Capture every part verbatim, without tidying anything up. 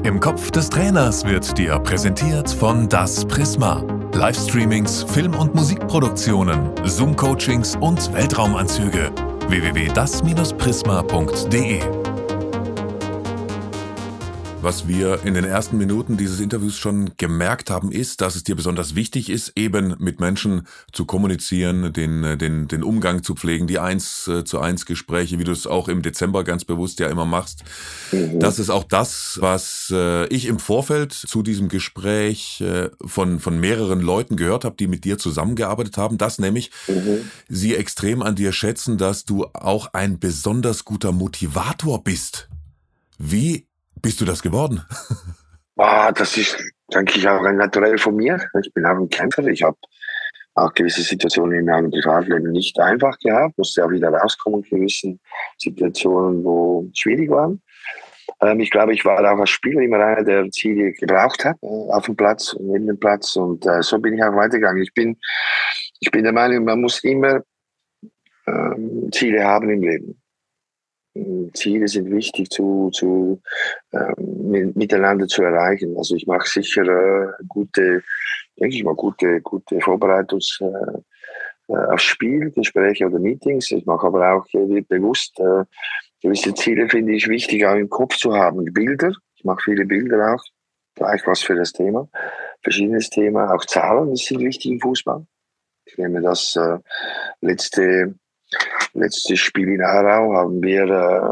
Im Kopf des Trainers wird dir präsentiert von das Prisma. Livestreamings, Film- und Musikproduktionen, Zoom-Coachings und Weltraumanzüge. w w w punkt das Prisma punkt d e. Was wir in den ersten Minuten dieses Interviews schon gemerkt haben, ist, dass es dir besonders wichtig ist, eben mit Menschen zu kommunizieren, den, den, den Umgang zu pflegen, die eins zu eins Gespräche, wie du es auch im Dezember ganz bewusst ja immer machst. Mhm. Das ist auch das, was äh, ich im Vorfeld zu diesem Gespräch äh, von, von mehreren Leuten gehört habe, die mit dir zusammengearbeitet haben, dass nämlich mhm. sie extrem an dir schätzen, dass du auch ein besonders guter Motivator bist. Wie bist du das geworden? Ah, das ist, denke ich, auch ein Naturell von mir. Ich bin auch ein Kämpfer. Ich habe auch gewisse Situationen in meinem Privatleben nicht einfach gehabt. Musste auch wieder rauskommen in gewissen Situationen, wo schwierig waren. Ähm, ich glaube, ich war auch als Spieler immer einer, der Ziele gebraucht hat, äh, auf dem Platz und neben dem Platz. Und äh, so bin ich auch weitergegangen. Ich bin, ich bin der Meinung, man muss immer ähm, Ziele haben im Leben. Ziele sind wichtig zu, zu ähm, miteinander zu erreichen. Also ich mache sicher äh, gute, denke ich mal, gute, gute Vorbereitungs äh, aufs Spiel, Gespräche oder Meetings. Ich mache aber auch äh, bewusst äh, gewisse Ziele, finde ich wichtig, auch im Kopf zu haben. Bilder, ich mache viele Bilder auch, gleich was für das Thema, verschiedenes Thema, auch Zahlen, das sind wichtig im Fußball. Ich nehme das äh, letzte Letztes Spiel in Aarau haben wir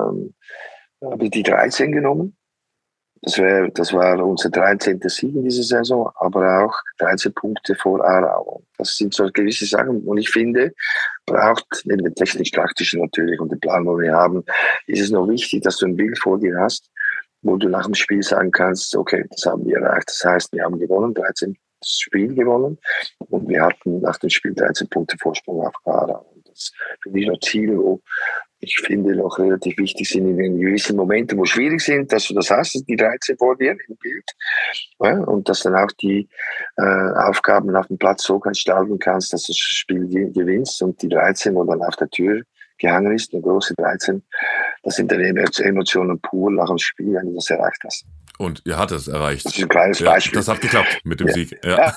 äh, habe ich die dreizehn genommen. Das, wär, das war unser dreizehnter Sieg in dieser Saison, aber auch dreizehn Punkte vor Aarau. Das sind so gewisse Sachen. Und ich finde, braucht neben dem technisch-taktischen natürlich und dem Plan, den wir haben, ist es noch wichtig, dass du ein Bild vor dir hast, wo du nach dem Spiel sagen kannst, okay, das haben wir erreicht. Das heißt, wir haben gewonnen, dreizehn Spiel gewonnen und wir hatten nach dem Spiel dreizehn Punkte Vorsprung auf Aarau. Das finde ich noch Ziele, wo ich finde noch relativ wichtig sind in gewissen Momenten, wo schwierig sind, dass du das hast, die dreizehn vor dir im Bild, ja, und dass dann auch die äh, Aufgaben auf dem Platz so gestalten kannst, dass du das Spiel gewinnst und die dreizehn, wo dann auf der Tür gehangen ist, eine große dreizehn, das sind dann Emotionen pur nach dem Spiel, wenn du das erreicht hast. Und ihr hattet es erreicht. Das ist ein kleines ja, Beispiel. Das hat geklappt mit dem ja. Sieg. Ja.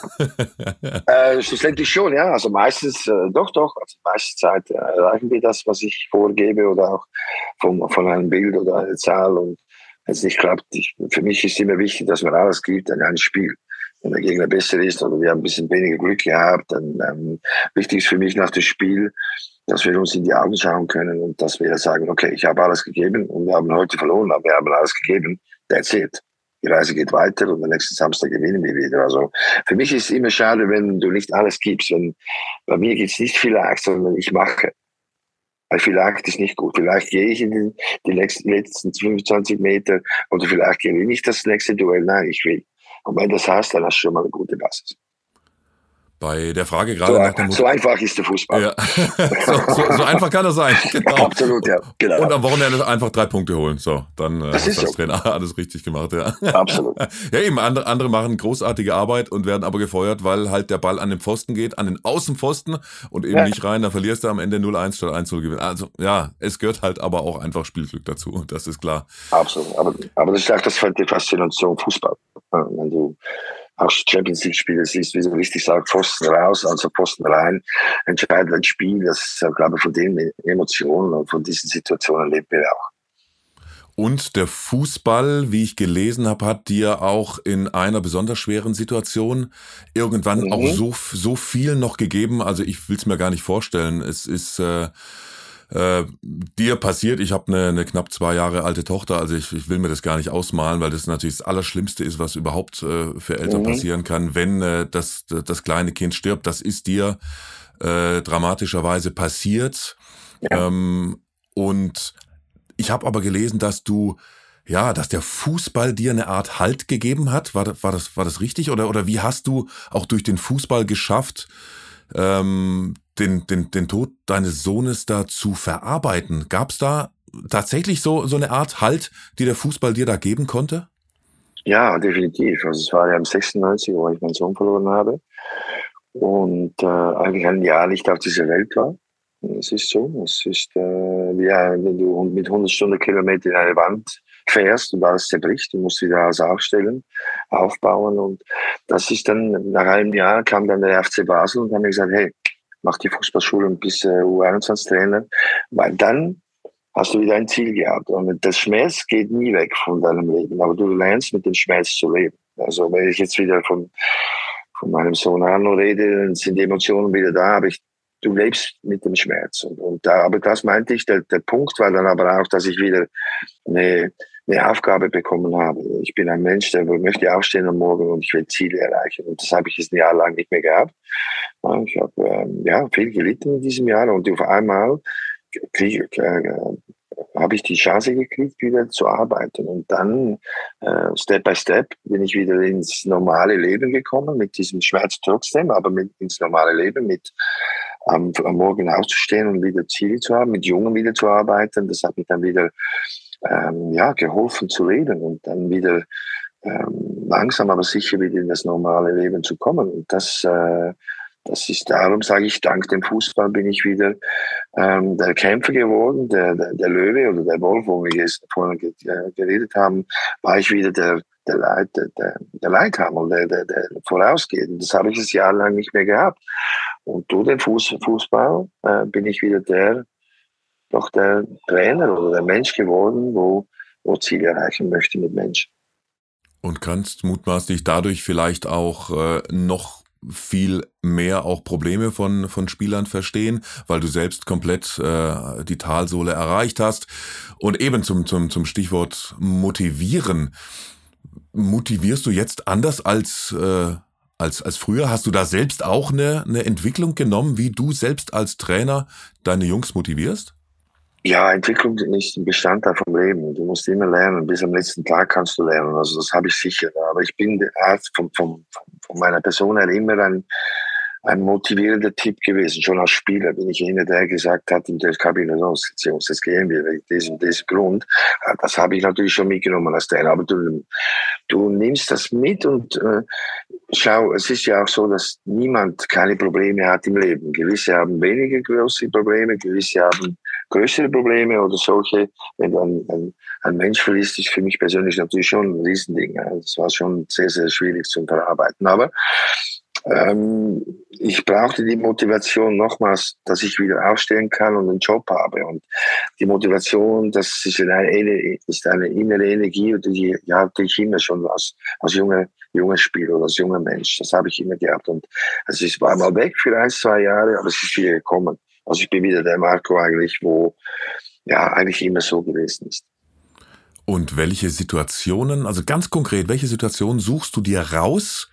Ja. äh, schlussendlich schon, ja. Also meistens, äh, doch, doch. Also meiste Zeit äh, erreichen wir das, was ich vorgebe oder auch vom, von einem Bild oder einer Zahl. Und wenn es nicht klappt, ich, für mich ist immer wichtig, dass man alles gibt an einem Spiel. Wenn der Gegner besser ist oder wir haben ein bisschen weniger Glück gehabt, dann ähm, wichtig ist für mich nach dem Spiel, dass wir uns in die Augen schauen können und dass wir sagen, okay, ich habe alles gegeben und wir haben heute verloren, aber wir haben alles gegeben. That's it. Die Reise geht weiter und am nächsten Samstag gewinnen wir wieder. Also für mich ist es immer schade, wenn du nicht alles gibst. Wenn, bei mir geht es nicht vielleicht, sondern ich mache. Weil vielleicht ist nicht gut. Vielleicht gehe ich in den, die letzten, letzten fünfundzwanzig Meter oder vielleicht gewinne ich das nächste Duell. Nein, ich will. Und wenn das hast, dann hast du schon mal eine gute Basis. Bei der Frage gerade so, nach der Mut- so einfach ist der Fußball. Ja. so, so, so einfach kann er sein. Genau. Absolut, ja. Genau. Und am Wochenende einfach drei Punkte holen. So, dann äh, das hast ist du als so. Trainer alles richtig gemacht. Ja. Absolut. Ja, eben, andere, andere machen großartige Arbeit und werden aber gefeuert, weil halt der Ball an den Pfosten geht, an den Außenpfosten und eben ja. nicht rein. Da verlierst du am Ende null eins statt eins null gewinnen. Also ja, es gehört halt aber auch einfach Spielglück dazu. Das ist klar. Absolut. Aber, aber das ist auch das die Faszination Fußball. Wenn du auch Champions League Spiele siehst, wie du richtig sagst, Pfosten raus, also Pfosten rein, entscheidet ein Spiel. Das ist, glaube ich, von den Emotionen und von diesen Situationen lebt wir auch. Und der Fußball, wie ich gelesen habe, hat dir auch in einer besonders schweren Situation irgendwann mhm. auch so, so viel noch gegeben. Also ich will es mir gar nicht vorstellen. Es ist äh, äh, dir passiert, ich habe eine, eine knapp zwei Jahre alte Tochter, also ich, ich will mir das gar nicht ausmalen, weil das natürlich das Allerschlimmste ist, was überhaupt äh, für Eltern mhm. passieren kann, wenn äh, das, das kleine Kind stirbt. Das ist dir äh, dramatischerweise passiert. Ja. Ähm, und ich habe aber gelesen, dass du, ja, dass der Fußball dir eine Art Halt gegeben hat. War das, war das, war das richtig? Oder, oder wie hast du auch durch den Fußball geschafft, ähm, den, den, den Tod deines Sohnes da zu verarbeiten? Gab es da tatsächlich so, so eine Art Halt, die der Fußball dir da geben konnte? Ja, definitiv. Also es war ja im sechsundneunzig, wo ich meinen Sohn verloren habe und äh, eigentlich ein Jahr nicht auf dieser Welt war. Es ist so. Es ist, äh, wie wenn du mit hundert Stundenkilometern in eine Wand fährst und alles zerbricht. Du musst wieder alles aufstellen, aufbauen. Und das ist dann, nach einem Jahr kam dann der F C Basel und haben mir gesagt, hey, mach die Fußballschule und bist äh, U einundzwanzig Trainer, weil dann hast du wieder ein Ziel gehabt. Und der Schmerz geht nie weg von deinem Leben, aber du lernst mit dem Schmerz zu leben. Also wenn ich jetzt wieder von, von meinem Sohn Arno rede, dann sind die Emotionen wieder da, aber ich, du lebst mit dem Schmerz. Und, und da, aber das meinte ich, der, der Punkt war dann aber auch, dass ich wieder eine, eine Aufgabe bekommen habe. Ich bin ein Mensch, der möchte aufstehen am Morgen und ich will Ziele erreichen. Und das habe ich jetzt ein Jahr lang nicht mehr gehabt. Ich habe ähm, ja, viel gelitten in diesem Jahr und auf einmal kriege äh, habe ich die Chance gekriegt, wieder zu arbeiten. Und dann, äh, Step by Step, bin ich wieder ins normale Leben gekommen, mit diesem Schmerz trotzdem, aber mit, ins normale Leben, mit am, am Morgen aufzustehen und wieder Ziele zu haben, mit Jungen wieder zu arbeiten. Das hat mir dann wieder ähm, ja, geholfen zu leben und dann wieder ähm, langsam, aber sicher wieder in das normale Leben zu kommen. Und das äh, Das ist darum, sage ich, dank dem Fußball bin ich wieder ähm, der Kämpfer geworden, der, der, der Löwe oder der Wolf, wo wir jetzt vorhin geredet haben, war ich wieder der, der, Leit, der, der Leithammer, der, der, der vorausgeht. Und das habe ich das Jahr lang nicht mehr gehabt. Und durch den Fuß, Fußball äh, bin ich wieder der, doch der Trainer oder der Mensch geworden, wo, wo Ziele erreichen möchte mit Menschen. Und kannst mutmaßlich dadurch vielleicht auch äh, noch viel mehr auch Probleme von von Spielern verstehen, weil du selbst komplett äh, die Talsohle erreicht hast. Und eben zum zum zum Stichwort motivieren. Motivierst du jetzt anders als äh, als als früher? Hast du da selbst auch eine eine Entwicklung genommen, wie du selbst als Trainer deine Jungs motivierst? Ja, Entwicklung ist ein Bestandteil vom Leben. Du musst immer lernen. Bis am letzten Tag kannst du lernen. Also das habe ich sicher. Aber ich bin von, von, von meiner Person her immer ein, ein motivierender Typ gewesen. Schon als Spieler bin ich einer, der gesagt hat in der Kabine, Jungs, jetzt gehen wir wegen diesem, diesem Grund. Das habe ich natürlich schon mitgenommen als Trainer. Aber du, du nimmst das mit und äh, schau, es ist ja auch so, dass niemand keine Probleme hat im Leben. Gewisse haben weniger große Probleme, gewisse haben größere Probleme oder solche. Wenn du ein, ein, ein Mensch verliest, ist für mich persönlich natürlich schon ein Riesending. Das war schon sehr, sehr schwierig zu verarbeiten. Aber ähm, ich brauchte die Motivation nochmals, dass ich wieder aufstehen kann und einen Job habe. Und die Motivation, das ist eine, ist eine innere Energie, die, die hatte ich immer schon als, als junger, junger Spieler oder als junger Mensch. Das habe ich immer gehabt. Und also es war mal weg für ein, zwei Jahre, aber es ist wieder gekommen. Also ich bin wieder der Marco eigentlich, wo ja eigentlich immer so gewesen ist. Und welche Situationen, also ganz konkret, welche Situationen suchst du dir raus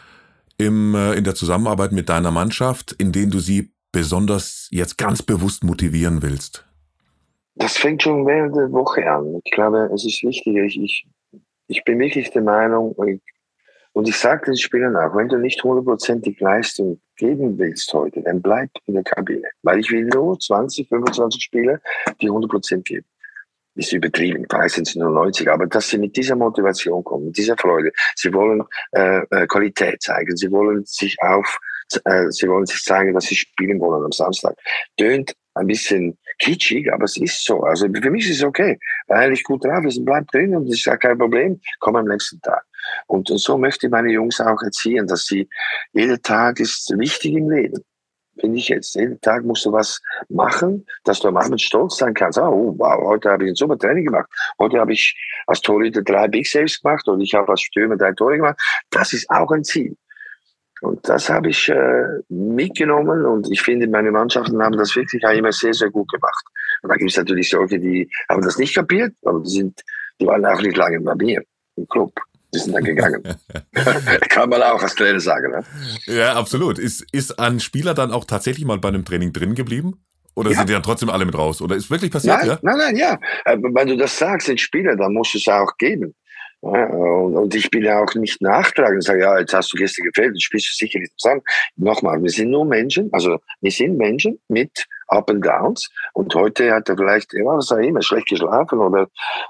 im, in der Zusammenarbeit mit deiner Mannschaft, in denen du sie besonders jetzt ganz bewusst motivieren willst? Das fängt schon während der Woche an. Ich glaube, es ist wichtig. Ich, ich, ich bin wirklich der Meinung, ich, und ich sage den Spielern auch, wenn du nicht hundertprozentig Leistung geben willst heute, dann bleib in der Kabine. Weil ich will nur zwanzig, fünfundzwanzig Spieler, die hundert Prozent geben. Ist übertrieben, vielleicht sind es nur neunzig, aber dass sie mit dieser Motivation kommen, mit dieser Freude. Sie wollen äh, Qualität zeigen, sie wollen sich auf, äh, sie wollen sich zeigen, dass sie spielen wollen am Samstag. Tönt ein bisschen kitschig, aber es ist so. Also für mich ist es okay, weil ich gut drauf ist, bleib drin und ich sage kein Problem, komm am nächsten Tag. Und, und so möchte ich meine Jungs auch erziehen, dass sie, jeder Tag ist wichtig im Leben. Finde ich jetzt. Jeden Tag musst du was machen, dass du am Abend stolz sein kannst. Oh, wow, heute habe ich ein super Training gemacht. Heute habe ich als Torhüter drei Big Saves gemacht und ich habe als Stürmer drei Tore gemacht. Das ist auch ein Ziel. Und das habe ich äh, mitgenommen und ich finde, meine Mannschaften haben das wirklich auch immer sehr, sehr gut gemacht. Und da gibt es natürlich solche, die haben das nicht kapiert, aber die sind, die waren auch nicht lange bei mir im Club. Die sind dann gegangen. Kann man auch als Trainer sagen. Ne? Ja, absolut. Ist, ist ein Spieler dann auch tatsächlich mal bei einem Training drin geblieben? Oder ja. Sind die dann trotzdem alle mit raus? Oder ist wirklich passiert? Nein, ja? nein, nein, ja. Wenn du das sagst, den Spieler, dann musst du es auch geben. Ja, und ich bin ja auch nicht nachtragend und sage, ja, jetzt hast du gestern gefällt, dann spielst du sicher nicht zusammen. Nochmal, wir sind nur Menschen, also wir sind Menschen mit Up and Downs und heute hat er vielleicht, ja, was auch immer, schlecht geschlafen oder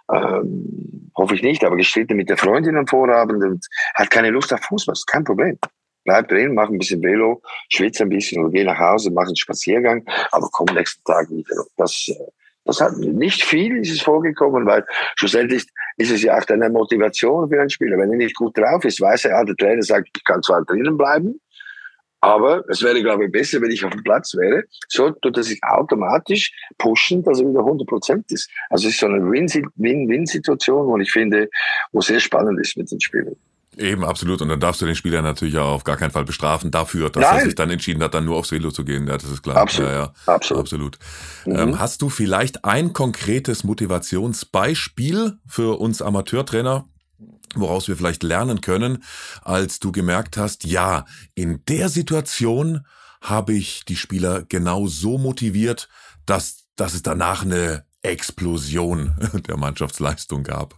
ähm, hoffe ich nicht, aber gestritten mit der Freundin am Vorabend und hat keine Lust auf Fußball, ist kein Problem. Bleib drin, mach ein bisschen Velo, schwitze ein bisschen oder geh nach Hause, mach einen Spaziergang, aber komm nächsten Tag wieder. Das, Das hat nicht viel ist es vorgekommen, weil schlussendlich ist es ja auch eine Motivation für einen Spieler. Wenn er nicht gut drauf ist, weiß er, der Trainer sagt, ich kann zwar drinnen bleiben, aber es wäre, glaube ich, besser, wenn ich auf dem Platz wäre. So tut er sich automatisch pushen, dass er wieder hundert Prozent ist. Also es ist so eine Win-Win-Situation, wo ich finde, wo sehr spannend ist mit den Spielern. Eben, absolut. Und dann darfst du den Spieler natürlich auch auf gar keinen Fall bestrafen dafür, dass Nein. er sich dann entschieden hat, dann nur aufs Velo zu gehen. Ja, das ist klar. Absolut. Ja, ja. Absolut. Absolut. Mhm. Ähm, hast du vielleicht ein konkretes Motivationsbeispiel für uns Amateurtrainer, woraus wir vielleicht lernen können, als du gemerkt hast, ja, in der Situation habe ich die Spieler genau so motiviert, dass, dass es danach eine Explosion der Mannschaftsleistung gab?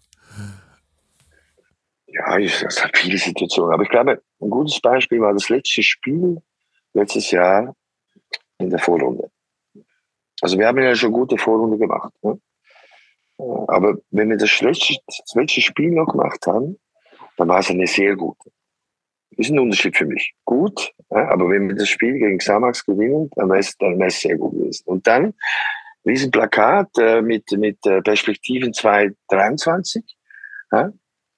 Ja, es hat viele Situationen. Aber ich glaube, ein gutes Beispiel war das letzte Spiel letztes Jahr in der Vorrunde. Also wir haben ja schon gute Vorrunde gemacht. Ne? Aber wenn wir das letzte, das letzte Spiel noch gemacht haben, dann war es eine sehr gute. Ist ein Unterschied für mich. Gut, ja, aber wenn wir das Spiel gegen Xamax gewinnen, dann wäre es, dann wäre es sehr gut gewesen. Und dann diesen Plakat äh, mit, mit äh, Perspektiven zwanzig dreiundzwanzig, ja,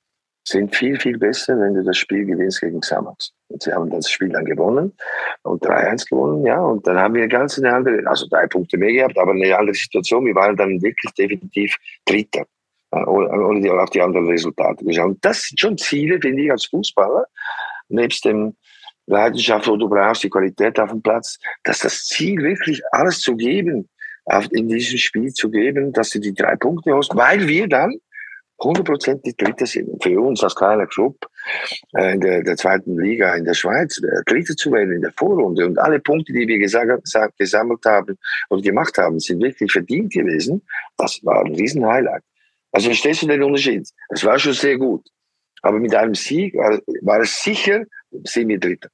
sind viel, viel besser, wenn du das Spiel gewinnst gegen Xamax. Und sie haben das Spiel dann gewonnen und drei eins gewonnen, ja. Und dann haben wir ganz eine andere, also drei Punkte mehr gehabt, aber eine andere Situation. Wir waren dann wirklich definitiv Dritter, ja, ohne, ohne die, auf die anderen Resultate geschaut. Und das sind schon Ziele, finde ich, als Fußballer, nebst dem Leidenschaft, wo du brauchst, die Qualität auf dem Platz, dass das Ziel wirklich alles zu geben, in diesem Spiel zu geben, dass du die drei Punkte hast, weil wir dann hundertprozentig Dritter sind. Und für uns als kleiner Club äh, in der, der zweiten Liga in der Schweiz, äh, Dritter zu werden in der Vorrunde und alle Punkte, die wir gesagt, gesammelt haben und gemacht haben, sind wirklich verdient gewesen. Das war ein riesen Highlight. Also verstehst du den Unterschied? Es war schon sehr gut. Aber mit einem Sieg war, war es sicher, sind wir Dritter.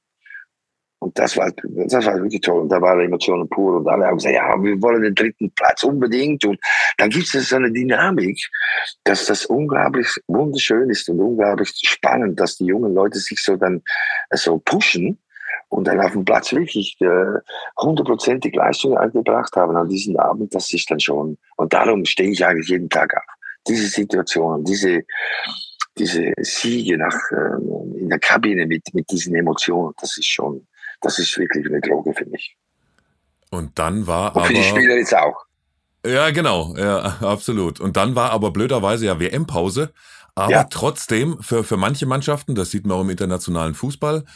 Und das war, das war wirklich toll. Und da waren Emotionen pur. Und alle haben gesagt, ja, wir wollen den dritten Platz unbedingt. Und dann gibt es so eine Dynamik, dass das unglaublich wunderschön ist und unglaublich spannend, dass die jungen Leute sich so dann so pushen und dann auf dem Platz wirklich hundertprozentig äh, Leistung eingebracht haben an diesem Abend. Das ist dann schon. Und darum stehe ich eigentlich jeden Tag auf. Diese Situation, diese diese Siege nach, äh, in der Kabine mit, mit diesen Emotionen, das ist schon, das ist wirklich eine Droge für mich. Und dann war Und für aber... die Spieler jetzt auch. Ja, genau, ja, absolut. Und dann war aber blöderweise ja W M-Pause, aber ja. trotzdem für, für manche Mannschaften, das sieht man auch im internationalen Fußball,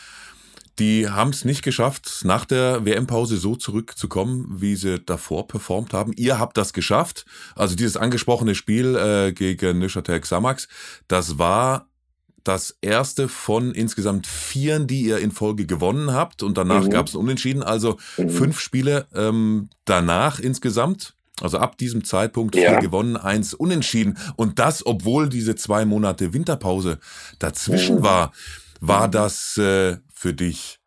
die haben es nicht geschafft, nach der W M-Pause so zurückzukommen, wie sie davor performt haben. Ihr habt das geschafft. Also dieses angesprochene Spiel äh, gegen Neuchâtel Xamax, das war das erste von insgesamt vier, die ihr in Folge gewonnen habt. Und danach mhm. gab es ein Unentschieden. Also mhm. fünf Spiele ähm, danach insgesamt. Also ab diesem Zeitpunkt vier ja. gewonnen, eins unentschieden. Und das, obwohl diese zwei Monate Winterpause dazwischen mhm. war. War das äh, für dich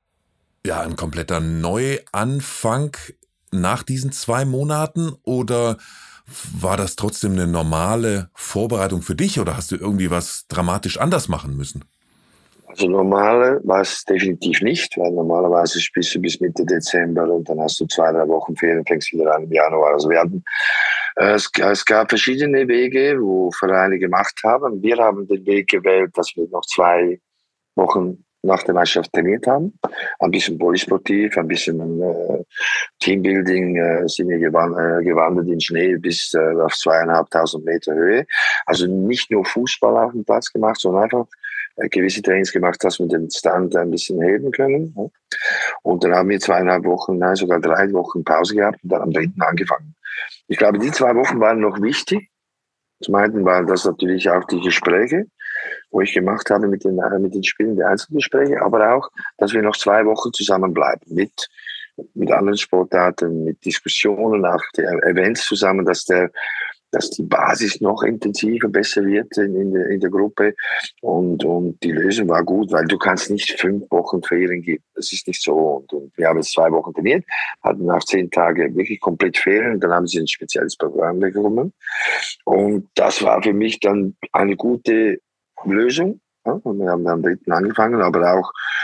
ja ein kompletter Neuanfang nach diesen zwei Monaten oder war das trotzdem eine normale Vorbereitung für dich oder hast du irgendwie was dramatisch anders machen müssen? Also normale war es definitiv nicht, weil normalerweise spielst du bis Mitte Dezember und dann hast du zwei, drei Wochen Ferien, fängst wieder an im Januar. Also wir hatten, äh, es, es gab verschiedene Wege, wo Vereine gemacht haben. Wir haben den Weg gewählt, dass wir noch zwei Wochen nach der Meisterschaft trainiert haben. Ein bisschen polysportiv, ein bisschen äh, Teambuilding, äh, sind wir gewandert, äh, gewandert in Schnee bis äh, auf zweieinhalbtausend Meter Höhe. Also nicht nur Fußball auf dem Platz gemacht, sondern einfach äh, gewisse Trainings gemacht, dass wir den Stand ein bisschen heben können. Ja. Und dann haben wir zweieinhalb Wochen, nein, sogar drei Wochen Pause gehabt und dann am dritten angefangen. Ich glaube, die zwei Wochen waren noch wichtig. Zum einen waren das natürlich auch die Gespräche, wo ich gemacht habe mit den, mit den Spielen, die Einzelgespräche, aber auch, dass wir noch zwei Wochen zusammenbleiben mit, mit anderen Sportarten, mit Diskussionen, auch die Events zusammen, dass der, dass die Basis noch intensiver, besser wird in, in, der, in der Gruppe. Und, und die Lösung war gut, weil du kannst nicht fünf Wochen Ferien geben. Das ist nicht so. Und, und wir haben jetzt zwei Wochen trainiert, hatten nach zehn Tagen wirklich komplett Ferien. Und dann haben sie ein spezielles Programm bekommen. Und das war für mich dann eine gute Lösung. Ja, und wir haben am dritten angefangen, aber auch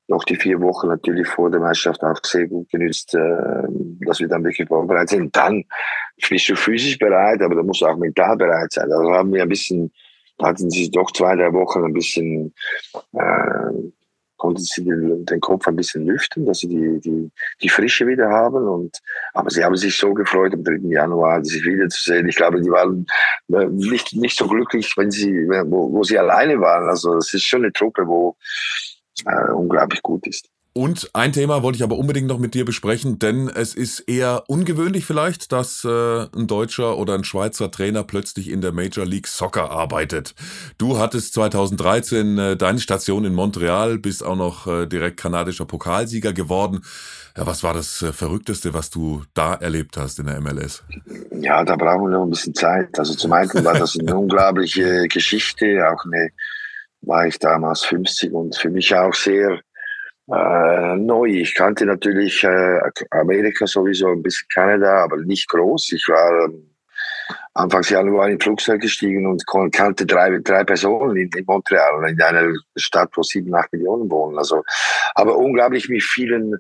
noch die vier Wochen natürlich vor der Meisterschaft auch sehr gut genützt, äh, dass wir dann wirklich vorbereitet sind. Dann bist du physisch bereit, aber du musst auch mental bereit sein. Also haben wir ein bisschen, hatten sie doch zwei, drei Wochen ein bisschen, äh, konnten sie den, den Kopf ein bisschen lüften, dass sie die, die, die Frische wieder haben. Und, aber sie haben sich so gefreut, am dritten Januar sich wiederzusehen. Ich glaube, die waren nicht, nicht so glücklich, wenn sie, wo, wo sie alleine waren. Also es ist schon eine Truppe, wo äh, unglaublich gut ist. Und ein Thema wollte ich aber unbedingt noch mit dir besprechen, denn es ist eher ungewöhnlich vielleicht, dass äh, ein deutscher oder ein Schweizer Trainer plötzlich in der Major League Soccer arbeitet. Du hattest zweitausenddreizehn äh, deine Station in Montreal, bist auch noch äh, direkt kanadischer Pokalsieger geworden. Ja, was war das äh, Verrückteste, was du da erlebt hast in der M L S? Ja, da brauchen wir noch ein bisschen Zeit. Also zum einen war das eine unglaubliche Geschichte, auch eine, war ich damals fünfzig und für mich auch sehr Äh, neu. Ich kannte natürlich äh, Amerika sowieso, ein bisschen Kanada, aber nicht groß. Ich war ähm, Anfangs Januar in ein Flugzeug gestiegen und kannte drei, drei Personen in, in Montreal, in einer Stadt, wo sieben, acht Millionen wohnen. Also, aber unglaublich mit vielen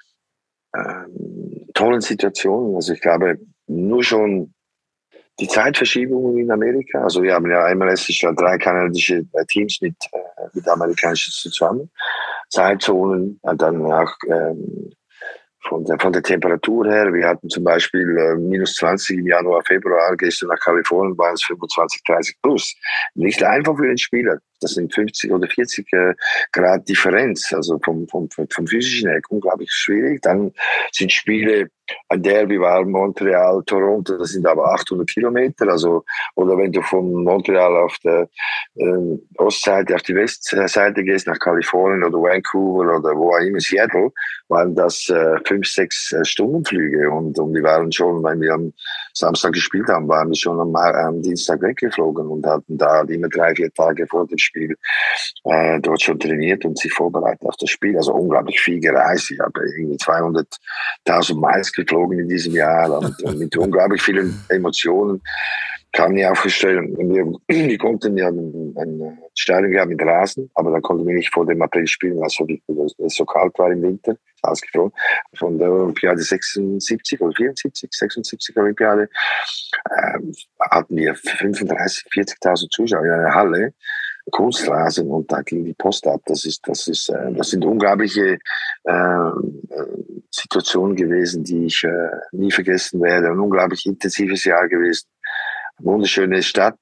ähm, tollen Situationen. Also ich glaube, nur schon die Zeitverschiebungen in Amerika. Also wir haben ja einmal es ist ja drei kanadische Teams mit, äh, mit amerikanischen zusammen. Zeitzonen, dann auch ähm, von, der, von der Temperatur her. Wir hatten zum Beispiel äh, minus zwanzig im Januar, Februar, gehst du nach Kalifornien, waren es fünfundzwanzig, dreißig plus. Nicht einfach für den Spieler. Das sind fünfzig oder vierzig äh, Grad Differenz, also vom, vom, vom physischen her unglaublich schwierig. Dann sind Spiele, ein Derby war Montreal, Toronto, das sind aber achthundert Kilometer, also, oder wenn du von Montreal auf der äh, Ostseite auf die Westseite gehst, nach Kalifornien oder Vancouver oder wo auch immer, Seattle, waren das äh, fünf, sechs äh, Stundenflüge und, und die waren schon, wenn wir am Samstag gespielt haben, waren wir schon am, am Dienstag weggeflogen und hatten da immer drei, vier Tage vor dem Spiel äh, dort schon trainiert und sich vorbereitet auf das Spiel. Also unglaublich viel gereist. Ich habe irgendwie zweihunderttausend Miles geflogen in diesem Jahr und, und mit unglaublich vielen Emotionen. Kann ich auch verstehen. Wir, wir konnten ja ein, ein Stadion gehabt mit Rasen, aber dann konnten wir nicht vor dem April spielen, weil es so, so kalt war im Winter, ausgefroren. Von der Olympiade sechsundsiebzig oder vierundsiebzig, sechsundsiebzig Olympiade, äh, hatten wir fünfunddreißig, vierzigtausend Zuschauer in einer Halle, Kunstrasen, und da ging die Post ab. Das ist, das ist, äh, das sind unglaubliche äh, Situationen gewesen, die ich äh, nie vergessen werde. Ein unglaublich intensives Jahr gewesen. Wunderschöne Stadt,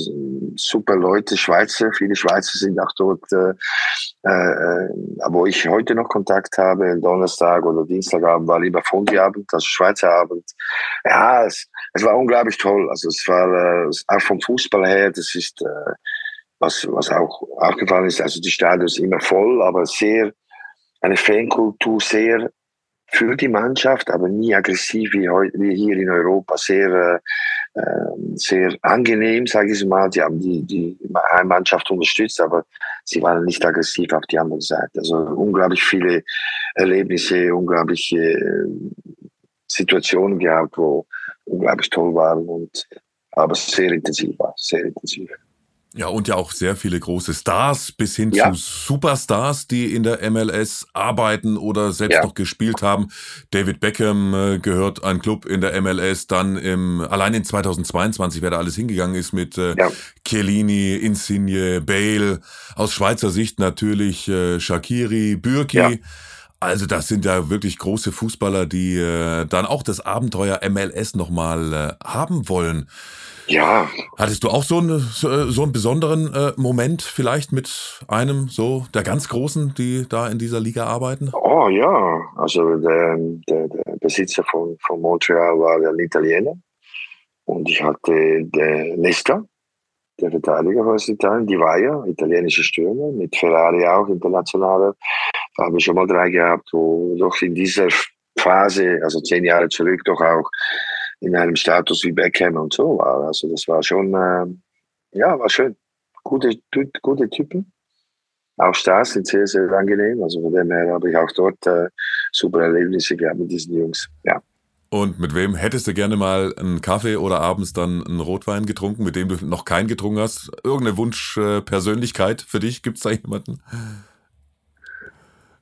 super Leute, Schweizer, viele Schweizer sind auch dort, äh, äh, wo ich heute noch Kontakt habe, Donnerstag oder Dienstagabend war lieber Fondiabend, also Schweizer Abend. Ja, es, es war unglaublich toll. Also es war äh, auch vom Fußball her, das ist äh, was, was auch aufgefallen ist, also die Stadion ist immer voll, aber sehr, eine Fankultur, sehr für die Mannschaft, aber nie aggressiv wie, heu, wie hier in Europa, sehr, äh, sehr angenehm, sage ich mal. Die haben die, die Heimmannschaft unterstützt, aber sie waren nicht aggressiv auf die andere Seite. Also unglaublich viele Erlebnisse, unglaubliche äh, Situationen gehabt, wo unglaublich toll waren und aber sehr intensiv war, sehr intensiv. Ja, und ja auch sehr viele große Stars bis hin ja. zu Superstars, die in der M L S arbeiten oder selbst ja. noch gespielt haben. David Beckham äh, gehört ein Club in der M L S, dann im, allein in zweitausendzweiundzwanzig, wer da alles hingegangen ist mit äh, ja. Chiellini, Insigne, Bale, aus Schweizer Sicht natürlich äh, Shaqiri, Bürki. Ja. Also das sind ja wirklich große Fußballer, die äh, dann auch das Abenteuer M L S nochmal äh, haben wollen. Ja. Hattest du auch so, eine, so einen besonderen äh, Moment vielleicht mit einem so der ganz Großen, die da in dieser Liga arbeiten? Oh ja, also der, der, der Besitzer von, von Montreal war ein Italiener und ich hatte der Nesta, der Verteidiger aus Italien, die war ja italienische Stürmer, mit Ferrari auch internationaler. Da habe ich schon mal drei gehabt, wo doch in dieser Phase, also zehn Jahre zurück, doch auch in einem Status wie Beckham und so war. Also das war schon, äh, ja, war schön. Gute, gute Typen. Auch Stars sind sehr, sehr angenehm. Also von dem her habe ich auch dort äh, super Erlebnisse gehabt mit diesen Jungs. Ja. Und mit wem hättest du gerne mal einen Kaffee oder abends dann einen Rotwein getrunken, mit dem du noch keinen getrunken hast? Irgendeine Wunschpersönlichkeit für dich? Gibt es da jemanden?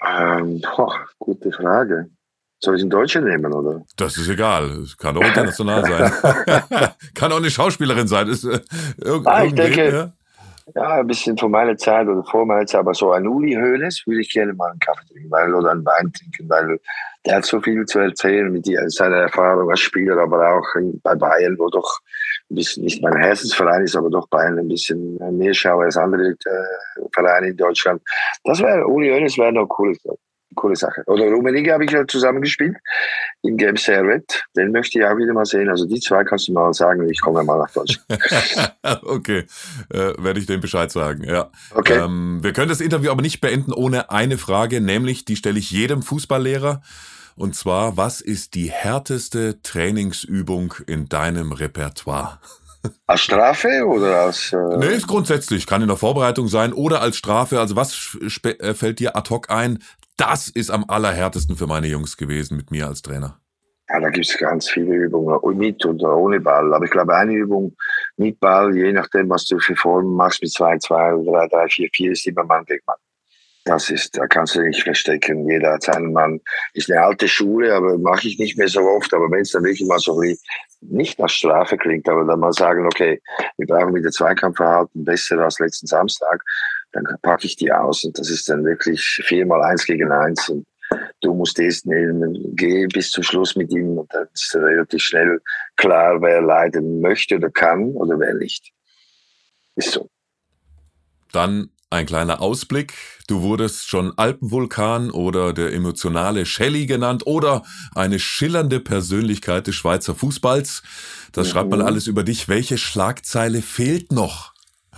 Ähm, boah, gute Frage. Soll ich einen Deutschen nehmen, oder? Das ist egal. Es kann auch international sein. Kann auch eine Schauspielerin sein. Ist, äh, irg- Ah, ich irgendwen, denke, ja? ja, ein bisschen von meiner Zeit oder vor meiner Zeit, aber so ein Uli Hoeneß würde ich gerne mal einen Kaffee trinken, weil, oder einen Wein trinken, weil der hat so viel zu erzählen mit die, seiner Erfahrung als Spieler, aber auch in, bei Bayern, wo doch ein bisschen, nicht mein Herzensverein ist, aber doch Bayern ein bisschen mehr schaue als andere äh, Vereine in Deutschland. Das wäre, Uli Hoeneß wäre noch cool. Coole Sache. Oder Rummenigge habe ich ja zusammengespielt in Game Servet. Den möchte ich auch wieder mal sehen. Also die zwei kannst du mal sagen, ich komme mal nach Deutschland. Okay, äh, werde ich dem Bescheid sagen. Ja. Okay. Ähm, wir können das Interview aber nicht beenden ohne eine Frage, nämlich die stelle ich jedem Fußballlehrer. Und zwar, was ist die härteste Trainingsübung in deinem Repertoire? Als Strafe oder als... Äh Nee, ist grundsätzlich. Kann in der Vorbereitung sein oder als Strafe. Also was spe- äh, fällt dir ad hoc ein? Das ist am allerhärtesten für meine Jungs gewesen mit mir als Trainer. Ja, da gibt es ganz viele Übungen, mit oder ohne Ball. Aber ich glaube, eine Übung mit Ball, je nachdem, was du für Formen machst, mit zwei zwei oder drei drei vier vier, ist immer Mann gegen Mann. Das ist, da kannst du nicht verstecken. Jeder hat seinen Mann. Ist eine alte Schule, aber mache ich nicht mehr so oft. Aber wenn es dann wirklich mal so wie nicht nach Strafe klingt, aber dann mal sagen, okay, wir brauchen wieder Zweikampfverhalten besser als letzten Samstag, dann packe ich die aus und das ist dann wirklich viermal eins gegen eins und du musst es nehmen, geh bis zum Schluss mit ihm und dann ist relativ schnell klar, wer leiden möchte oder kann oder wer nicht. Ist so. Dann ein kleiner Ausblick. Du wurdest schon Alpenvulkan oder der emotionale Shelly genannt oder eine schillernde Persönlichkeit des Schweizer Fußballs. Das mhm. schreibt man alles über dich. Welche Schlagzeile fehlt noch?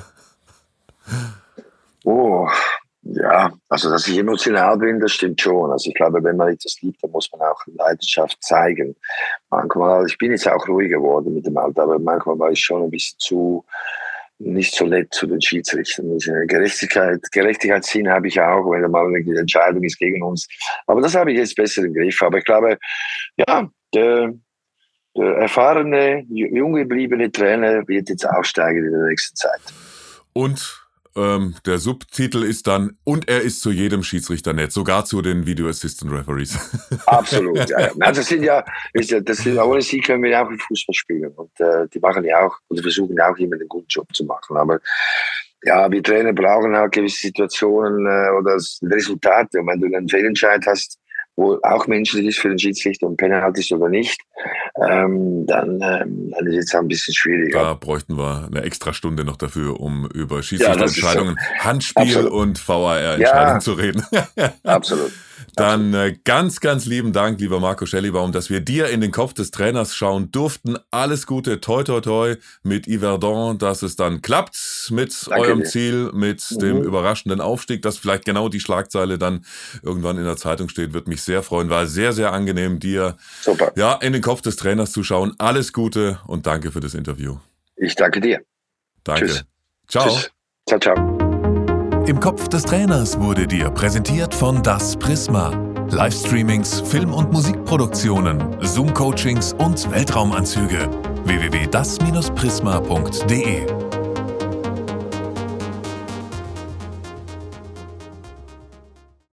Oh, ja, also dass ich emotional bin, das stimmt schon. Also ich glaube, wenn man etwas liebt, dann muss man auch Leidenschaft zeigen. Manchmal, ich bin jetzt auch ruhig geworden mit dem Alter, aber manchmal war ich schon ein bisschen zu, nicht so nett zu den Schiedsrichtern. Gerechtigkeit, Gerechtigkeitssinn habe ich auch, wenn mal eine Entscheidung ist gegen uns. Aber das habe ich jetzt besser im Griff. Aber ich glaube, ja, der, der erfahrene, jung gebliebene Trainer wird jetzt aufsteigen in der nächsten Zeit. Und Ähm, der Subtitel ist dann, und er ist zu jedem Schiedsrichter nett, sogar zu den Video Assistant Referees. Absolut, ja. ja. Also das sind ja, das sind, ohne sie können wir ja auch im Fußball spielen. Und äh, die machen ja auch, oder versuchen ja auch immer einen guten Job zu machen. Aber ja, wir Trainer brauchen halt gewisse Situationen äh, oder Resultate. Und wenn du einen Fehlentscheid hast, wo auch menschlich ist für den Schiedsrichter und Penalty ist oder nicht, ähm, dann, ähm, dann ist es ein bisschen schwieriger. Da bräuchten wir eine extra Stunde noch dafür, um über Schiedsrichterentscheidungen, ja, so. Handspiel Absolut. und V A R-Entscheidungen ja, zu reden. Absolut. Dann äh, ganz, ganz lieben Dank, lieber Marco Schellibaum, dass wir dir in den Kopf des Trainers schauen durften. Alles Gute, toi, toi, toi mit Yverdon, dass es dann klappt mit Danke eurem dir. Ziel, mit Mhm. dem überraschenden Aufstieg, dass vielleicht genau die Schlagzeile dann irgendwann in der Zeitung steht, wird mich sehr freuen. War sehr, sehr angenehm, dir Super. ja, in den Kopf des Trainers zu schauen. Alles Gute und danke für das Interview. Ich danke dir. Danke. Tschüss. Ciao. Tschüss. Ciao, ciao. Im Kopf des Trainers wurde dir präsentiert von Das Prisma. Livestreamings, Film- und Musikproduktionen, Zoom-Coachings und Weltraumanzüge. w w w punkt das Bindestrich prisma punkt de